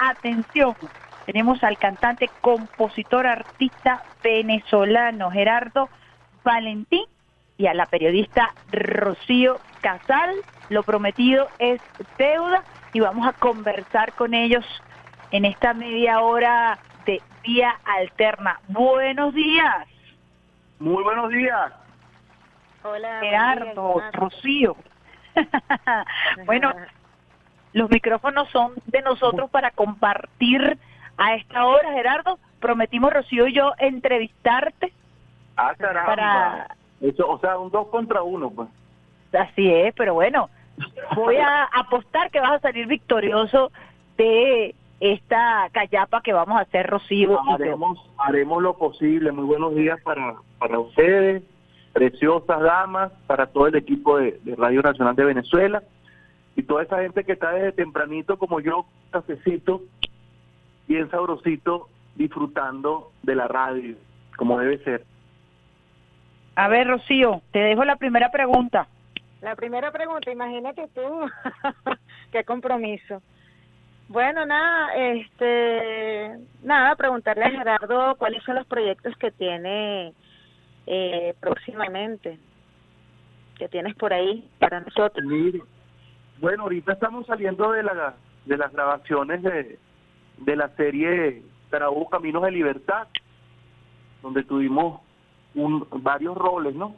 atención, tenemos al cantante, compositor, artista venezolano Gerardo Valentín y a la periodista Rocío Casal. Lo prometido es deuda y vamos a conversar con ellos en esta media hora de Vía Alterna. Buenos días. Muy buenos días. Hola, Gerardo, Rocío. Bueno, los micrófonos son de nosotros para compartir a esta hora, Gerardo. Prometimos, Rocío y yo, entrevistarte. Ah, caramba. Para... Eso, o sea, un 2 contra 1, pues. Así es, pero bueno, voy a apostar que vas a salir victorioso de esta callapa que vamos a hacer, Rocío. Haremos lo posible. Muy buenos días para ustedes, preciosas damas, para todo el equipo de Radio Nacional de Venezuela y toda esa gente que está desde tempranito como yo, cafecito, bien sabrosito, disfrutando de la radio, como debe ser. A ver, Rocío, te dejo la primera pregunta. La primera pregunta, imagínate tú, qué compromiso. Bueno, nada, preguntarle a Gerardo cuáles son los proyectos que tiene próximamente, que tienes por ahí para nosotros. Mire, bueno, ahorita estamos saliendo de las grabaciones de la serie Carabobo Caminos de Libertad, donde tuvimos varios roles, ¿no?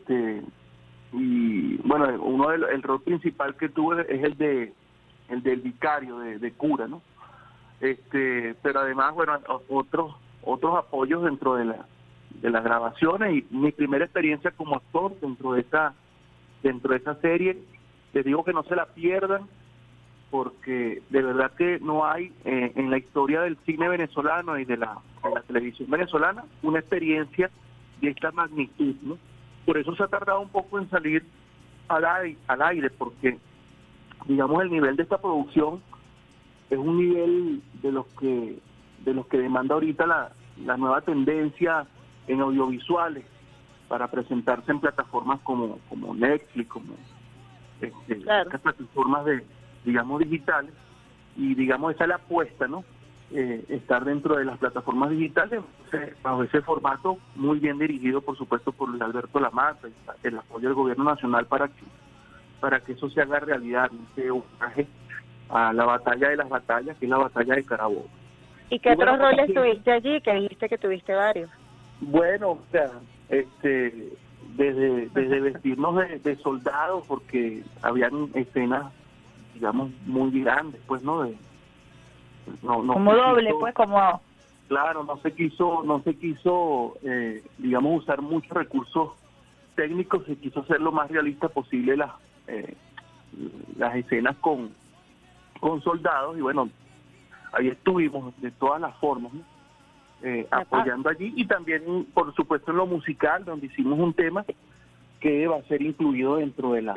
Y bueno, el rol principal que tuve es el del vicario de cura, ¿no? Pero además, bueno, otros apoyos dentro de las grabaciones y mi primera experiencia como actor dentro de esa serie. Les digo que no se la pierdan porque de verdad que no hay en la historia del cine venezolano y de la televisión venezolana una experiencia de esta magnitud, ¿no? Por eso se ha tardado un poco en salir al aire, porque digamos el nivel de esta producción es un nivel de los que demanda ahorita la nueva tendencia en audiovisuales para presentarse en plataformas como Netflix, como claro, estas plataformas digamos digitales, y digamos esa es la apuesta, ¿no? Estar dentro de las plataformas digitales bajo ese formato muy bien dirigido, por supuesto, por Alberto Lamata y el apoyo del gobierno nacional para que eso se haga realidad, ese homenaje a la batalla de las batallas, que es la batalla de Carabobo. ¿Y qué otros roles tuviste allí? Que dijiste que tuviste varios. Bueno, o sea, desde vestirnos de soldados, porque habían escenas, digamos, muy grandes, pues, ¿no? Como doble, pues, como... Claro, no se quiso, digamos, usar muchos recursos técnicos, se quiso hacer lo más realista posible las escenas con soldados, y bueno, ahí estuvimos de todas las formas, ¿no? Apoyando allí, y también, por supuesto, en lo musical, donde hicimos un tema que va a ser incluido dentro de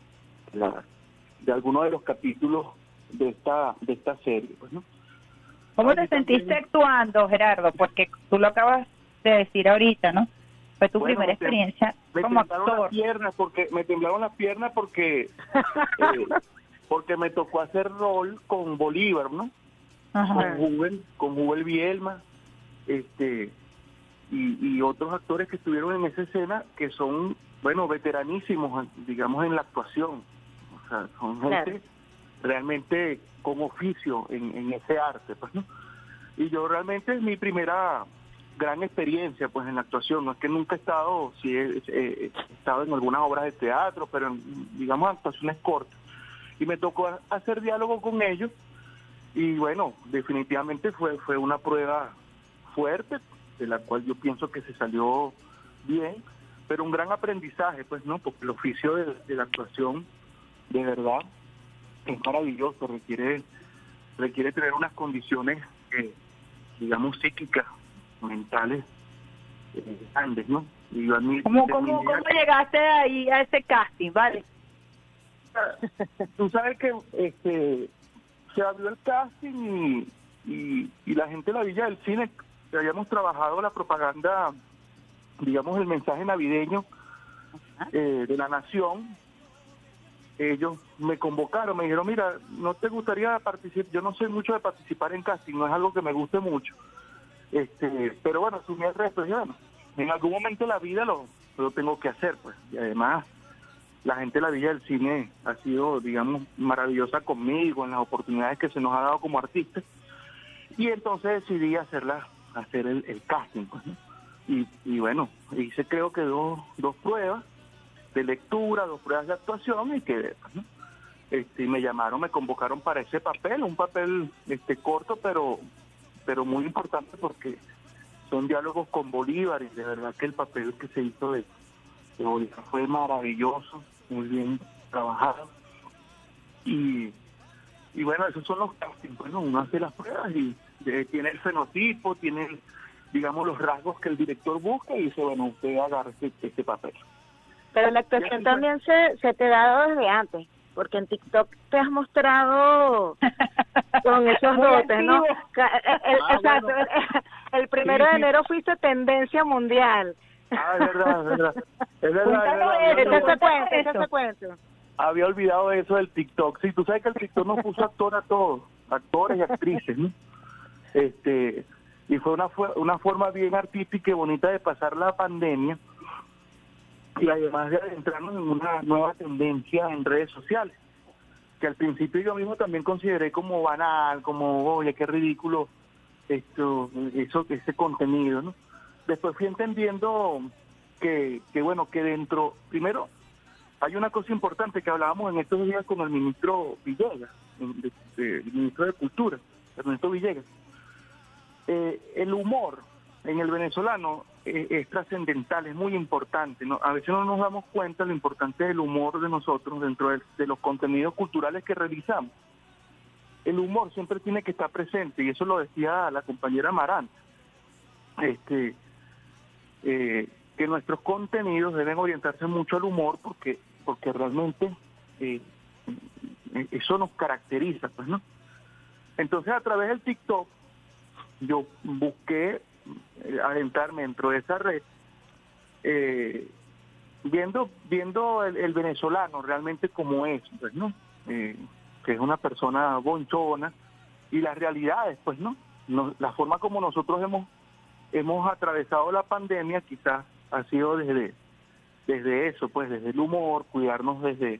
de alguno de los capítulos de esta serie, pues, ¿no? ¿Cómo te sentiste actuando, Gerardo? Porque tú lo acabas de decir ahorita, ¿no? Fue tu primera experiencia como actor. Me temblaron las piernas porque porque me tocó hacer rol con Bolívar, ¿no? Ajá. Con Jubel Bielma, y otros actores que estuvieron en esa escena que son, bueno, veteranísimos, digamos, en la actuación. O sea, son gente realmente con oficio en ese arte, pues, ¿no? Y yo realmente es mi primera gran experiencia, pues, en la actuación. No es que nunca he estado, sí he estado en algunas obras de teatro, pero digamos actuaciones cortas. Y me tocó hacer diálogo con ellos, y bueno, definitivamente fue una prueba fuerte, de la cual yo pienso que se salió bien, pero un gran aprendizaje, pues, ¿no? Porque el oficio de la actuación, de verdad, es maravilloso, requiere tener unas condiciones, digamos, psíquicas, mentales, grandes, ¿no? Y yo ¿Cómo llegaste ahí a ese casting, vale? Tú sabes que se abrió el casting y la gente de la Villa del Cine, que habíamos trabajado la propaganda, digamos, el mensaje navideño de la nación, ellos me convocaron, me dijeron, mira, ¿no te gustaría participar? Yo no soy mucho de participar en casting, no es algo que me guste mucho. Pero bueno, asumí el resto y bueno, en algún momento de la vida lo tengo que hacer, pues. Y además, la gente de la Villa del Cine ha sido, digamos, maravillosa conmigo en las oportunidades que se nos ha dado como artistas. Y entonces decidí hacer el casting, pues, ¿no? Y bueno, hice creo que dos pruebas de lectura, 2 pruebas de actuación y quedé, pues, ¿no? Y me llamaron, me convocaron para ese papel, un papel corto, pero muy importante porque son diálogos con Bolívar, y de verdad que el papel que se hizo de Bolívar fue maravilloso, muy bien trabajado. Y bueno, esos son los castings. Bueno, uno hace las pruebas y tiene el fenotipo, tiene, digamos, los rasgos que el director busca y dice, bueno, usted agarra este papel. Pero la actuación también se te ha dado desde antes, porque en TikTok te has mostrado con esos dotes, ¿no? Exacto. Bueno. El 1 de enero fuiste tendencia mundial. Es verdad. Ese cuento. Había olvidado eso del TikTok. Sí, tú sabes que el TikTok nos puso a todos, actores y actrices, ¿no? Y fue una forma bien artística y bonita de pasar la pandemia, y además de adentrarnos en una nueva tendencia en redes sociales, que al principio yo mismo también consideré como banal, como, oye, qué ridículo ese contenido, ¿no? Después fui entendiendo que dentro, primero, hay una cosa importante que hablábamos en estos días con el ministro Villegas, el ministro de Cultura, Ernesto Villegas. El humor en el venezolano es trascendental, es muy importante, ¿no? A veces no nos damos cuenta de lo importante del humor de nosotros dentro de los contenidos culturales que realizamos. El humor siempre tiene que estar presente, y eso lo decía la compañera Amaranta, que nuestros contenidos deben orientarse mucho al humor porque realmente eso nos caracteriza, pues, ¿no? Entonces, a través del TikTok yo busqué adentrarme dentro de esa red, viendo el venezolano realmente como es, pues, ¿no? Que es una persona bonchona, y las realidades, pues, ¿no? La forma como nosotros hemos atravesado la pandemia quizás ha sido desde eso, pues, desde el humor, cuidarnos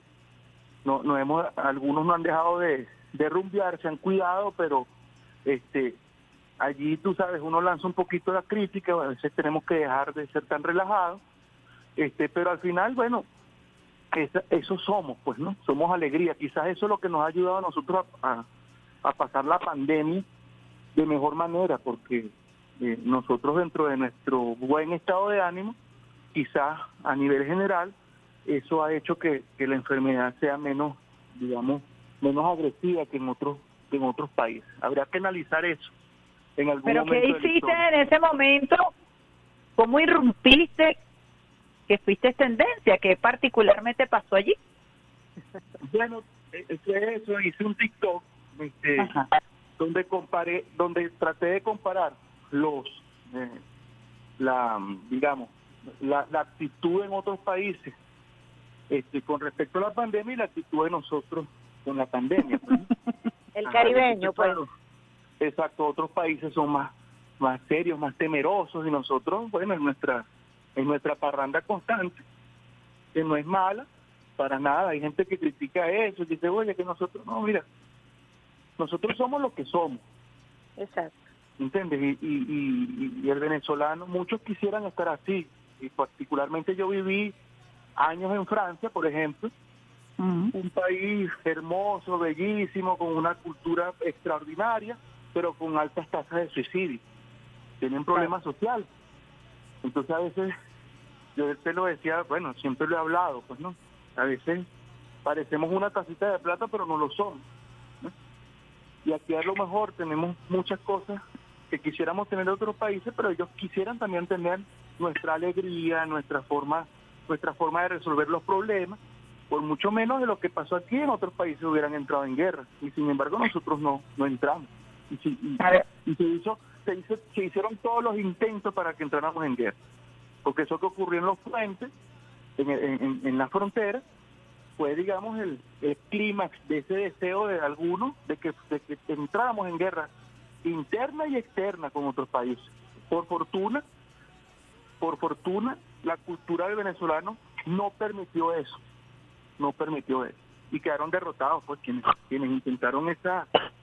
algunos no han dejado de rumbear, se han cuidado, pero allí, tú sabes, uno lanza un poquito la crítica, a veces tenemos que dejar de ser tan relajados, pero al final, bueno, eso somos, pues, ¿no? Somos alegría. Quizás eso es lo que nos ha ayudado a nosotros a pasar la pandemia de mejor manera, porque nosotros, dentro de nuestro buen estado de ánimo, quizás a nivel general, eso ha hecho que la enfermedad sea menos, digamos, menos agresiva que en otros países. Habría que analizar eso en algún momento. ¿Pero qué hiciste en ese momento? ¿Cómo irrumpiste que fuiste tendencia? ¿Qué particularmente pasó allí? Bueno, hice un TikTok donde traté de comparar la actitud en otros países con respecto a la pandemia y la actitud de nosotros con la pandemia, pues. El caribeño, pues. Exacto, otros países son más serios, más temerosos, y nosotros, bueno, en nuestra parranda constante, que no es mala para nada. Hay gente que critica eso y dice, oye, que nosotros, no, mira, nosotros somos lo que somos. Exacto. ¿Entiendes? Y el venezolano, muchos quisieran estar así, y particularmente yo viví años en Francia, por ejemplo, un país hermoso, bellísimo, con una cultura extraordinaria, pero con altas tasas de suicidio. Tienen problemas sociales. Entonces, a veces, yo te lo decía, bueno, siempre lo he hablado, pues, ¿no? A veces parecemos una tacita de plata, pero no lo somos, ¿no? Y aquí a lo mejor tenemos muchas cosas que quisiéramos tener de otros países, pero ellos quisieran también tener nuestra alegría, nuestra forma de resolver los problemas, por mucho menos de lo que pasó aquí. En otros países hubieran entrado en guerra, y sin embargo nosotros no entramos. Y se hicieron todos los intentos para que entráramos en guerra, porque eso que ocurrió en los puentes, en la frontera, fue, digamos, el clímax de ese deseo de algunos de que entráramos en guerra interna y externa con otros países. Por fortuna, la cultura del venezolano no permitió eso, y quedaron derrotados, pues quienes intentaron esa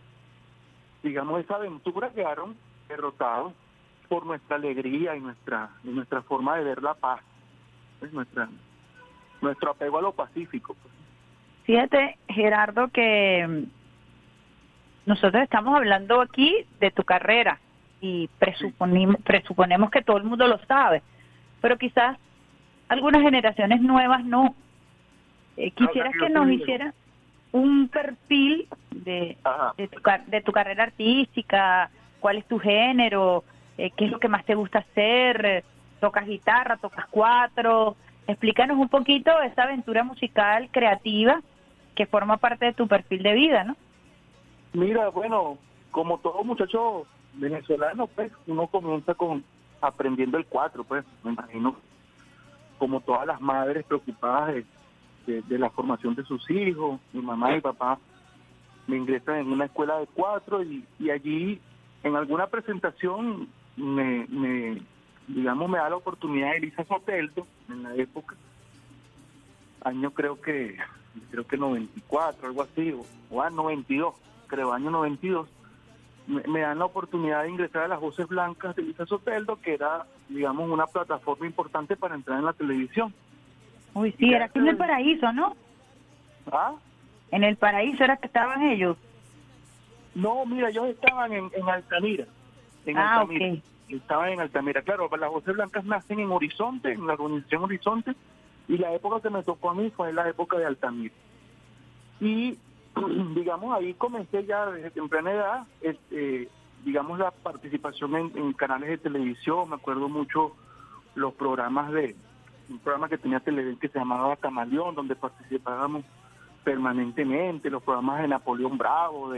aventura quedaron derrotados por nuestra alegría y nuestra forma de ver la paz, pues nuestro apego a lo pacífico, pues. Fíjate, Gerardo, que nosotros estamos hablando aquí de tu carrera y presuponemos que todo el mundo lo sabe, pero quizás algunas generaciones nuevas no. Quisieras que nos hiciera un perfil de tu carrera artística, cuál es tu género, qué es lo que más te gusta hacer, tocas guitarra, tocas cuatro, explícanos un poquito esa aventura musical creativa que forma parte de tu perfil de vida, ¿no? Mira, bueno, como todo muchacho venezolano, pues uno comienza aprendiendo el cuatro, pues me imagino, como todas las madres preocupadas de la formación de sus hijos. Mi mamá y mi papá me ingresan en una escuela de cuatro y allí en alguna presentación me da la oportunidad de Elisa Soteldo en la época, año creo que 94, algo así, o 92, creo, año 92, me dan la oportunidad de ingresar a las Voces Blancas de Elisa Soteldo, que era, digamos, una plataforma importante para entrar en la televisión. Uy, sí, era aquí en El Paraíso, ¿no? ¿Ah? En El Paraíso era que estaban ellos. No, mira, ellos estaban en Altamira. Altamira. Ok. Estaban en Altamira. Claro, las Voces Blancas nacen en Horizonte, en la organización Horizonte, y la época que me tocó a mí fue la época de Altamira. Y, digamos, ahí comencé ya desde temprana edad, digamos, la participación en canales de televisión. Me acuerdo mucho los programas un programa que tenía Televen que se llamaba Camaleón, donde participábamos permanentemente, los programas de Napoleón Bravo,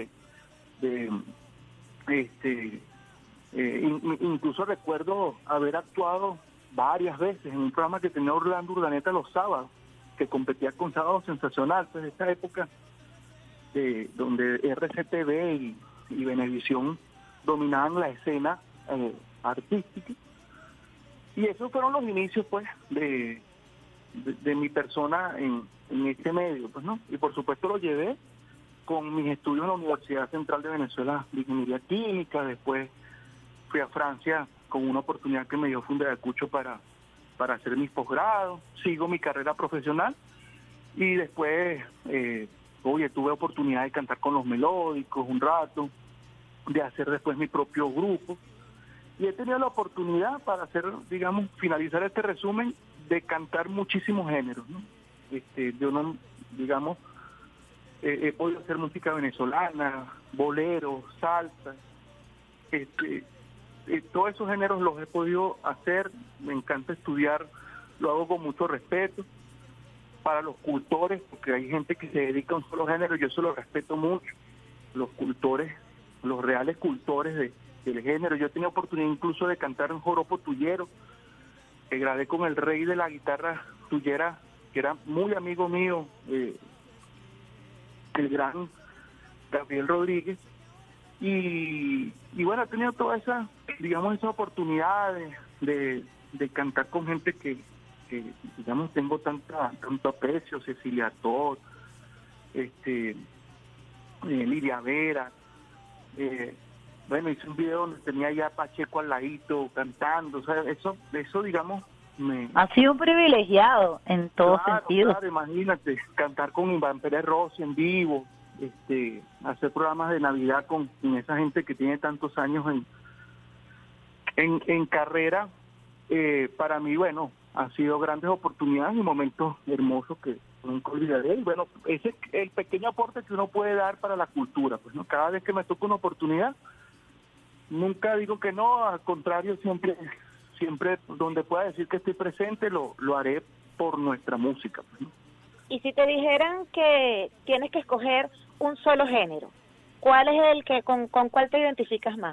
incluso recuerdo haber actuado varias veces en un programa que tenía Orlando Urdaneta los sábados, que competía con Sábado Sensacional, pues esa época donde RCTV y Venevisión dominaban la escena artística. Y esos fueron los inicios, pues, de mi persona en este medio, pues, ¿no? Y por supuesto lo llevé con mis estudios en la Universidad Central de Venezuela de Ingeniería Química. Después fui a Francia con una oportunidad que me dio Fundayacucho para hacer mis posgrados. Sigo mi carrera profesional y después, tuve oportunidad de cantar con Los Melódicos un rato, de hacer después mi propio grupo. Y he tenido la oportunidad para finalizar este resumen, de cantar muchísimos géneros, ¿no? Yo no, digamos, he podido hacer música venezolana, bolero, salsa, todos esos géneros los he podido hacer. Me encanta estudiar, lo hago con mucho respeto para los cultores, porque hay gente que se dedica a un solo género y yo eso lo respeto mucho. Los cultores, los reales cultores del género. Yo he tenido oportunidad incluso de cantar en joropo tuyero, que grabé con el rey de la guitarra tuyera, que era muy amigo mío, el gran Gabriel Rodríguez. Y bueno, he tenido toda esa oportunidad de cantar con gente que digamos, tengo tanto aprecio: Cecilia Todd, Lidia Vera. Bueno, hice un video donde tenía ya a Pacheco al ladito cantando. O sea, eso digamos, ha sido privilegiado en todo sentido. Claro, imagínate, cantar con Iván Pérez Rossi en vivo, hacer programas de Navidad con esa gente que tiene tantos años en carrera. Para mí, bueno, han sido grandes oportunidades y momentos hermosos que nunca olvidaré. Y bueno, ese es el pequeño aporte que uno puede dar para la cultura, pues, ¿no? Cada vez que me toca una oportunidad, nunca digo que no, al contrario, siempre donde pueda decir que estoy presente, lo haré por nuestra música, pues, ¿no? Y si te dijeran que tienes que escoger un solo género, ¿cuál es el que con cuál te identificas más?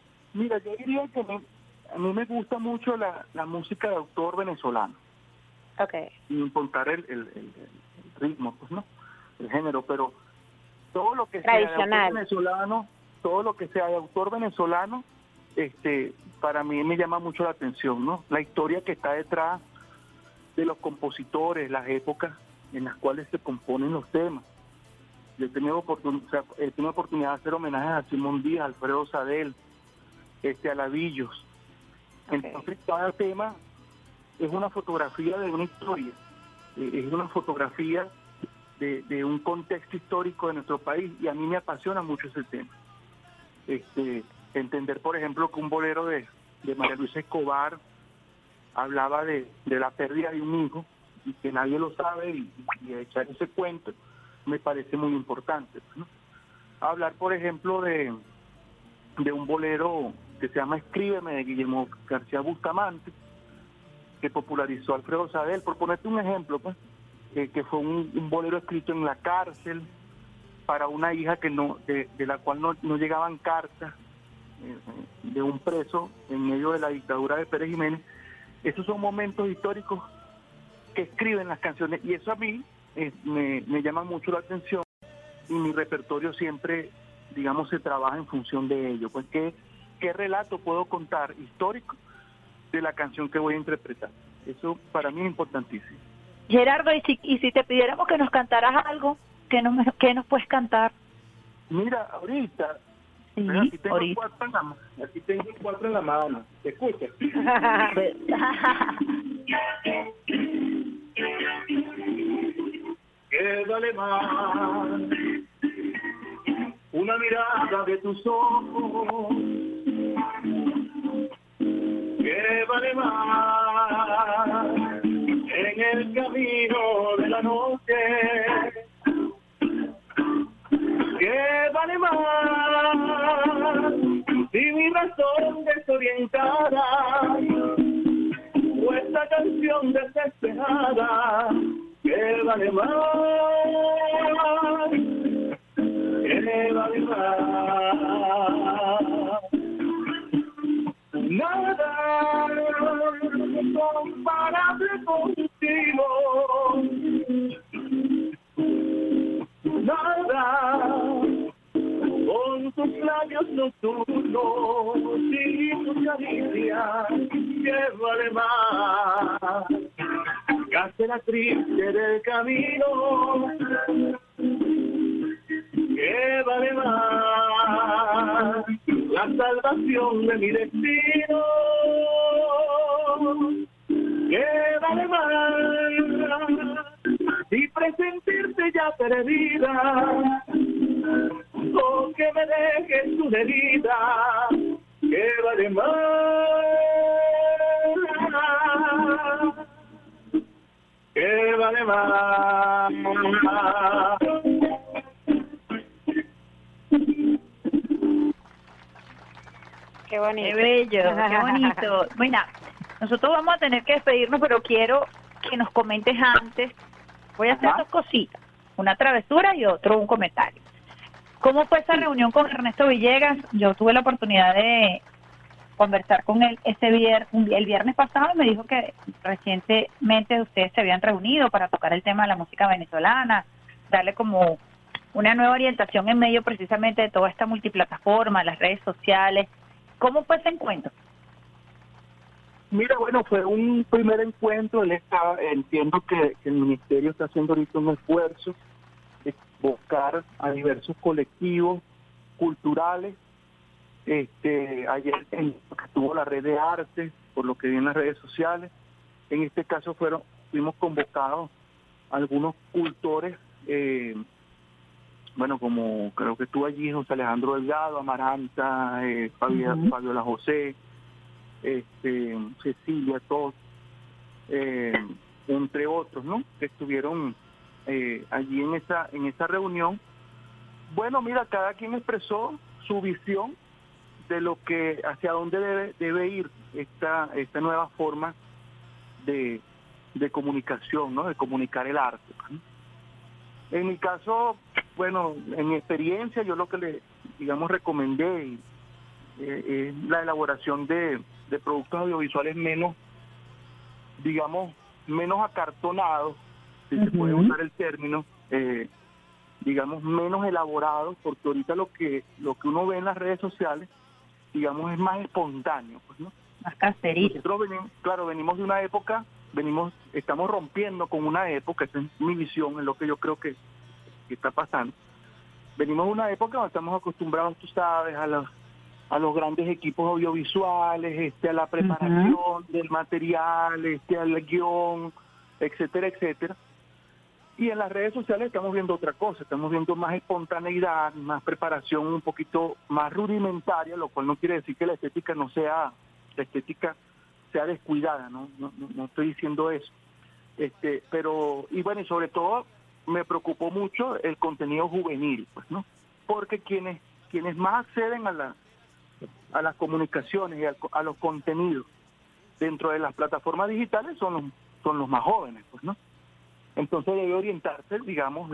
Mira, yo diría que a mí me gusta mucho la música de autor venezolano. sin importar el ritmo, pues no, el género, pero todo lo que sea de autor venezolano, todo lo que sea de autor venezolano, para mí me llama mucho la atención, ¿no? La historia que está detrás de los compositores, las épocas en las cuales se componen los temas. Yo he tenido oportunidad de hacer homenajes a Simón Díaz, a Alfredo Sadel, a Lavillos. Entonces cada tema es una fotografía de una historia, es una fotografía de un contexto histórico de nuestro país, y a mí me apasiona mucho ese tema. Entender, por ejemplo, que un bolero de María Luisa Escobar hablaba de la pérdida de un hijo y que nadie lo sabe, y echar ese cuento me parece muy importante, ¿no? Hablar, por ejemplo, de un bolero que se llama Escríbeme, de Guillermo García Bustamante, que popularizó Alfredo Sadel, por ponerte un ejemplo, pues, que fue un bolero escrito en la cárcel para una hija de la cual no llegaban cartas, de un preso en medio de la dictadura de Pérez Jiménez. Esos son momentos históricos que escriben las canciones, y eso a mí me llama mucho la atención, y mi repertorio siempre, digamos, se trabaja en función de ello. Pues qué relato puedo contar histórico de la canción que voy a interpretar. Eso para mí es importantísimo. Gerardo, y si te pidiéramos que nos cantaras algo, ¿qué nos puedes cantar? Mira, ahorita, sí, aquí tengo cuatro en la mano. ¿Te escuchas? ¿Qué vale más una mirada de tus ojos? ¿Qué vale más en el camino de la noche? ¿Qué vale más si mi razón desorientada o esta canción desesperada? ¿Qué vale más? ¿Qué vale más? Nada comparable contigo, nada con tus labios nocturnos y tus caricias. ¿Qué vale más? Casi la triste del camino. ¿Qué vale más? La salvación de mi destino. ¿Qué vale más? Si presentirte ya perdida, o que me dejes una herida. ¿Qué vale más? ¿Qué vale más? Qué bonito. Qué bello, qué bonito. Bueno, nosotros vamos a tener que despedirnos, pero quiero que nos comentes antes. Voy a hacer dos cositas, una travesura y un comentario. ¿Cómo fue esa reunión con Ernesto Villegas? Yo tuve la oportunidad de conversar con él el viernes pasado, y me dijo que recientemente ustedes se habían reunido para tocar el tema de la música venezolana, darle como una nueva orientación en medio precisamente de toda esta multiplataforma, las redes sociales. ¿Cómo fue ese encuentro? Mira, bueno, fue un primer encuentro. Entiendo que el ministerio está haciendo ahorita un esfuerzo de buscar a diversos colectivos culturales. Ayer estuvo la red de arte, por lo que vi en las redes sociales. En este caso fuimos convocados algunos cultores, como creo que estuvo allí José Alejandro Delgado, Amaranta, Fabiola José, Cecilia, todos, entre otros, ¿no? Que estuvieron allí en esa reunión. Bueno, mira, cada quien expresó su visión de lo que, hacia dónde debe ir esta nueva forma de comunicación, ¿no? De comunicar el arte, ¿no? En mi caso, bueno, en mi experiencia, yo lo que le, recomendé es la elaboración de productos audiovisuales menos menos acartonados, si se puede usar el término, digamos, menos elaborados, porque ahorita lo que uno ve en las redes sociales, digamos, es más espontáneo, pues, ¿no? Más caserito. Nosotros venimos de una época, estamos rompiendo con una época, esa es mi visión, es lo que yo creo que está pasando. Venimos de una época donde estamos acostumbrados, tú sabes, a los grandes equipos audiovisuales, a la preparación del material, al guión, etcétera, etcétera. Y en las redes sociales estamos viendo otra cosa, estamos viendo más espontaneidad, más preparación un poquito más rudimentaria, lo cual no quiere decir que la estética sea descuidada, no estoy diciendo eso. Pero, y bueno, y sobre todo me preocupó mucho el contenido juvenil, pues, ¿no? Porque quienes más acceden a las comunicaciones y a los contenidos dentro de las plataformas digitales son los más jóvenes, pues, ¿no? Entonces debe orientarse, digamos,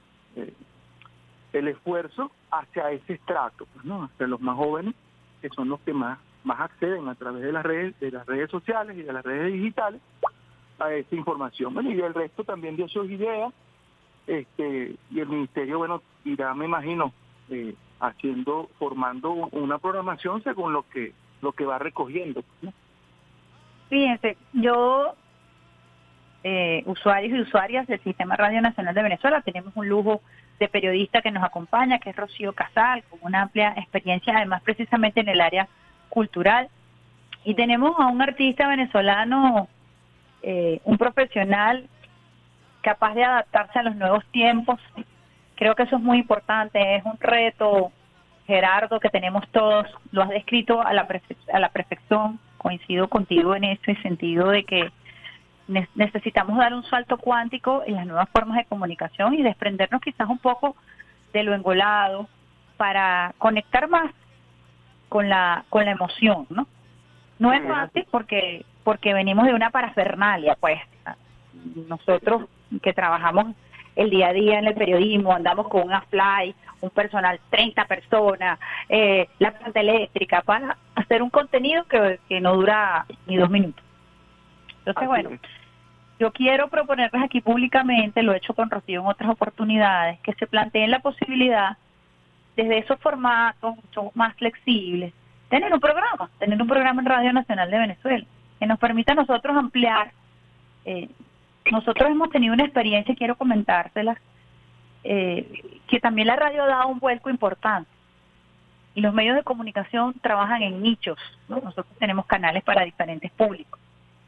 el esfuerzo hacia ese estrato, pues, ¿no? Hacia los más jóvenes, que son los que más acceden a través de las redes sociales y de las redes digitales a esa información. Bueno, y el resto también dio sus ideas, y el ministerio, bueno, irá, me imagino, formando una programación según lo que va recogiendo, ¿no? Fíjense, yo, usuarios y usuarias del Sistema Radio Nacional de Venezuela, tenemos un lujo de periodista que nos acompaña, que es Rocío Casal, con una amplia experiencia, además precisamente en el área cultural, y tenemos a un artista venezolano, un profesional capaz de adaptarse a los nuevos tiempos. Creo que eso es muy importante, es un reto, Gerardo, que tenemos todos, lo has descrito a la perfección, coincido contigo en ese sentido de que necesitamos dar un salto cuántico en las nuevas formas de comunicación y desprendernos quizás un poco de lo engolado para conectar más con la emoción, ¿no? No es fácil porque venimos de una parafernalia, pues. Nosotros que trabajamos el día a día en el periodismo, andamos con una fly, un personal, 30 personas, la planta eléctrica, para hacer un contenido que no dura ni 2 minutos. Entonces, bueno, yo quiero proponerles aquí públicamente, lo he hecho con Rocío en otras oportunidades, que se planteen la posibilidad, desde esos formatos mucho más flexibles, tener un programa en Radio Nacional de Venezuela, que nos permita a nosotros ampliar. Nosotros hemos tenido una experiencia, quiero comentárselas, que también la radio ha dado un vuelco importante. Y los medios de comunicación trabajan en nichos, ¿no? Nosotros tenemos canales para diferentes públicos.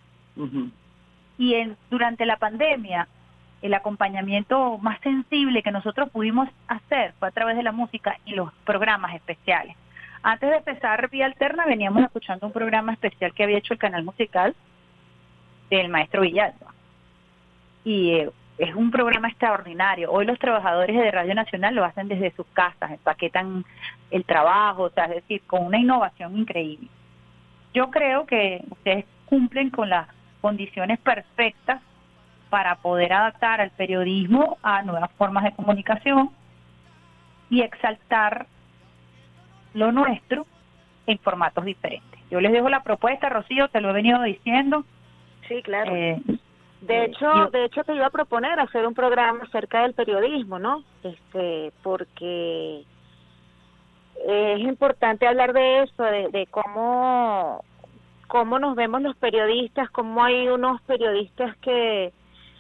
Y durante la pandemia, el acompañamiento más sensible que nosotros pudimos hacer fue a través de la música y los programas especiales. Antes de empezar Vía Alterna, veníamos escuchando un programa especial que había hecho el canal musical del maestro Villalba. Y es un programa extraordinario. Hoy los trabajadores de Radio Nacional lo hacen desde sus casas, empaquetan el trabajo, o sea, es decir, con una innovación increíble. Yo creo que ustedes cumplen con las condiciones perfectas para poder adaptar al periodismo a nuevas formas de comunicación y exaltar lo nuestro en formatos diferentes. Yo les dejo la propuesta, Rocío, te lo he venido diciendo. Sí, claro. De hecho te iba a proponer hacer un programa acerca del periodismo, ¿no? Porque es importante hablar de eso, de cómo nos vemos los periodistas, cómo hay unos periodistas que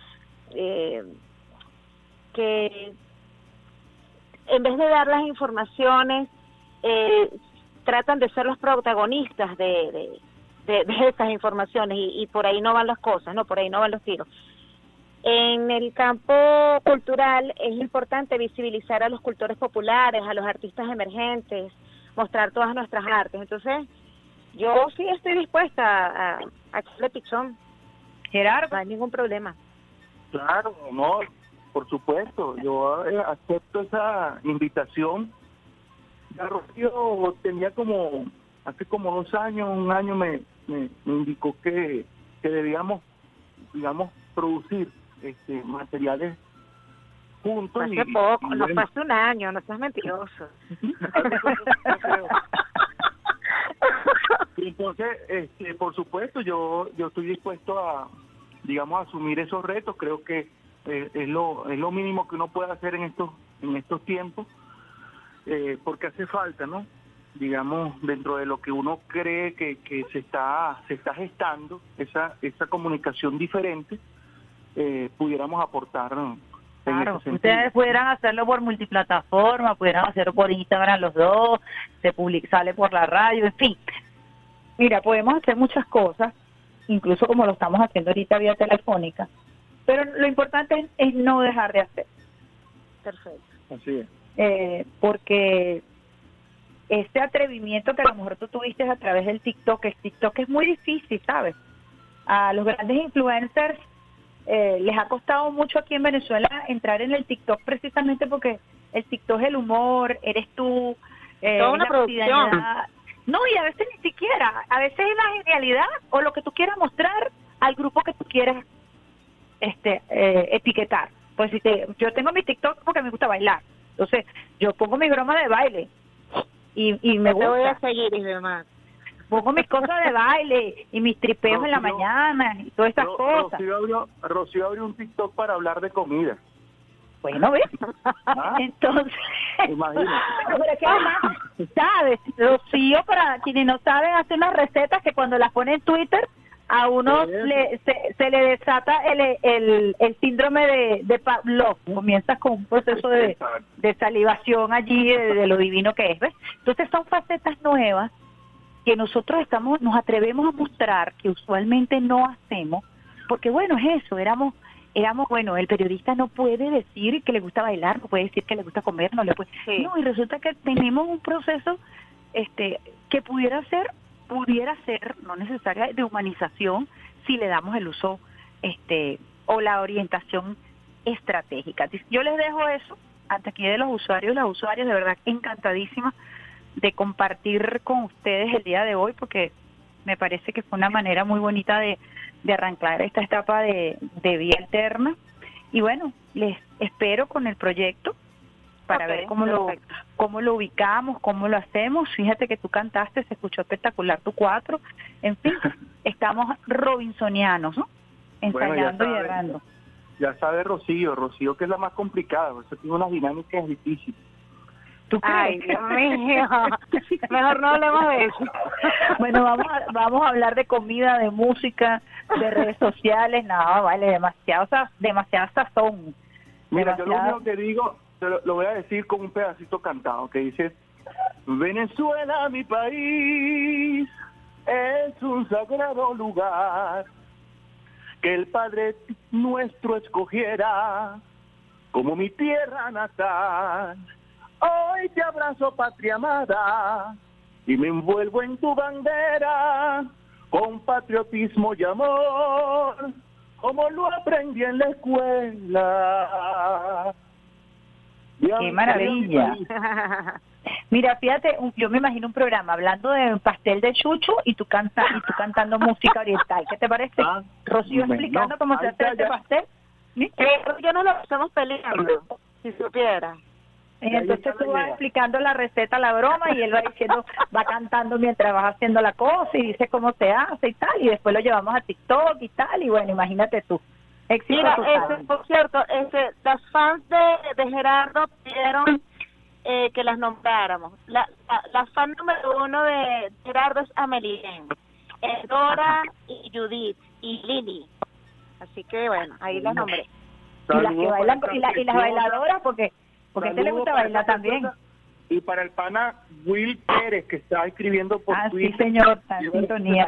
en vez de dar las informaciones tratan de ser los protagonistas de estas informaciones y por ahí no van las cosas, no, por ahí no van los tiros. En el campo cultural es importante visibilizar a los cultores populares, a los artistas emergentes, mostrar todas nuestras artes. Entonces, yo sí estoy dispuesta a echarle pichón. Gerardo, no hay ningún problema. Claro, no, por supuesto, yo acepto esa invitación. Ya Rocío tenía hace como 2 años, un año me indicó que debíamos, digamos, producir materiales juntos. Hace poco, no fue hace un año, no seas mentiroso. Entonces, por supuesto, yo estoy dispuesto a digamos, asumir esos retos. Creo que es lo mínimo que uno puede hacer en estos tiempos, porque hace falta, ¿no? Digamos, dentro de lo que uno cree que se está gestando, esa comunicación diferente, pudiéramos aportar. Claro, ustedes pudieran hacerlo por multiplataforma, pudieran hacerlo por Instagram los dos, sale por la radio, en fin. Mira, podemos hacer muchas cosas, incluso como lo estamos haciendo ahorita vía telefónica, pero lo importante es no dejar de hacer. Perfecto. Así es. Porque este atrevimiento que a lo mejor tú tuviste a través del TikTok, el TikTok es muy difícil, ¿sabes? A los grandes influencers les ha costado mucho aquí en Venezuela entrar en el TikTok, precisamente porque el TikTok es el humor, eres tú, toda una producción. No, y a veces ni siquiera, a veces es la genialidad o lo que tú quieras mostrar al grupo que tú quieras etiquetar. Pues yo tengo mi TikTok porque me gusta bailar, entonces yo pongo mi broma de baile y me gusta. Te voy a seguir y demás. Pongo mis cosas de baile y mis tripeos en la mañana y todas esas cosas. Rocío abrió un TikTok para hablar de comida. Bueno, ¿ves? Entonces, imagínate. Pero es que además, ¿sabes? Rocío, para quienes no saben, hace unas recetas que cuando las pone en Twitter, a uno se le desata el síndrome de Pavlov. Comienzas con un proceso de salivación allí, de lo divino que es, ¿ves? Entonces son facetas nuevas que nosotros nos atrevemos a mostrar, que usualmente no hacemos, porque bueno, es eso, éramos, bueno, el periodista no puede decir que le gusta bailar, no puede decir que le gusta comer, no le puede, sí. No, y resulta que tenemos un proceso que pudiera ser, no necesaria, de humanización, si le damos el uso, o la orientación estratégica. Yo les dejo eso, hasta aquí de los usuarios, las usuarias, de verdad, encantadísimas de compartir con ustedes el día de hoy, porque me parece que fue una manera muy bonita de arrancar esta etapa de Vía Alterna. Y bueno, les espero con el proyecto para ver cómo lo ubicamos, cómo lo hacemos. Fíjate que tú cantaste, se escuchó espectacular tu 4. En fin, estamos robinsonianos, ¿no? Ensayando y errando. Ya sabe Rocío que es la más complicada, porque tiene unas dinámicas difíciles. ¿Tú crees? Ay, Dios mío. Mejor no hablemos de eso. Bueno, vamos a hablar de comida, de música, de redes sociales. No, vale, demasiada sazón. Mira, yo lo único que digo, lo voy a decir con un pedacito cantado, que dice: Venezuela, mi país, es un sagrado lugar que el Padre nuestro escogiera como mi tierra natal. Hoy te abrazo, patria amada, y me envuelvo en tu bandera, con patriotismo y amor, como lo aprendí en la escuela. ¡Qué maravilla! Mira, fíjate, yo me imagino un programa hablando de pastel de chucho y tú cantando música oriental. ¿Qué te parece? Rocío explicando cómo se hace este pastel. Yo no lo estamos peleando, si supiera. Entonces tú vas explicando la receta, la broma, y él va cantando mientras vas haciendo la cosa y dice cómo se hace y tal, y después lo llevamos a TikTok y tal, y bueno, imagínate tú. Mira, por cierto, las fans de Gerardo pidieron que las nombráramos. La fan número 1 de Gerardo es Amelien, Dora y Judith y Lili. Así que bueno, ahí las nombré. Y las que bailan, y las bailadoras, porque a este le gusta bailar también. Y para el pana Will Pérez, que está escribiendo por Twitter. Sí, señor, sintonía.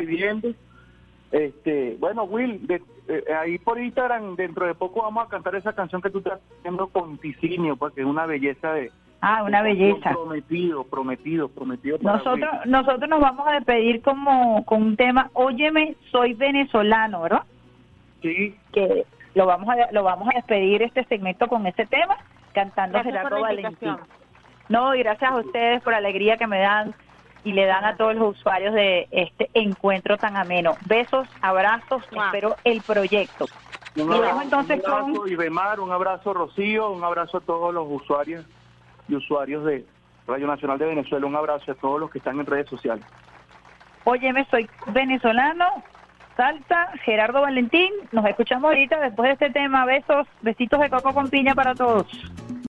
Bueno, Will, ahí por Instagram, dentro de poco vamos a cantar esa canción que tú estás haciendo con Ticinio, porque es una belleza una belleza. Prometido. Nosotros nos vamos a despedir con un tema, Óyeme, soy venezolano, ¿verdad? Sí. Que lo vamos a despedir este segmento con ese tema, cantando Gerardo Valentín. No, y gracias a ustedes por la alegría que me dan y le dan a todos los usuarios de este encuentro tan ameno. Besos, abrazos, espero el proyecto. Un abrazo Ibemar, un abrazo Rocío, un abrazo a todos los usuarios y usuarios de Radio Nacional de Venezuela, un abrazo a todos los que están en redes sociales. Óyeme, soy venezolano, salsa, Gerardo Valentín. Nos escuchamos ahorita después de este tema. Besos, besitos de coco con piña para todos.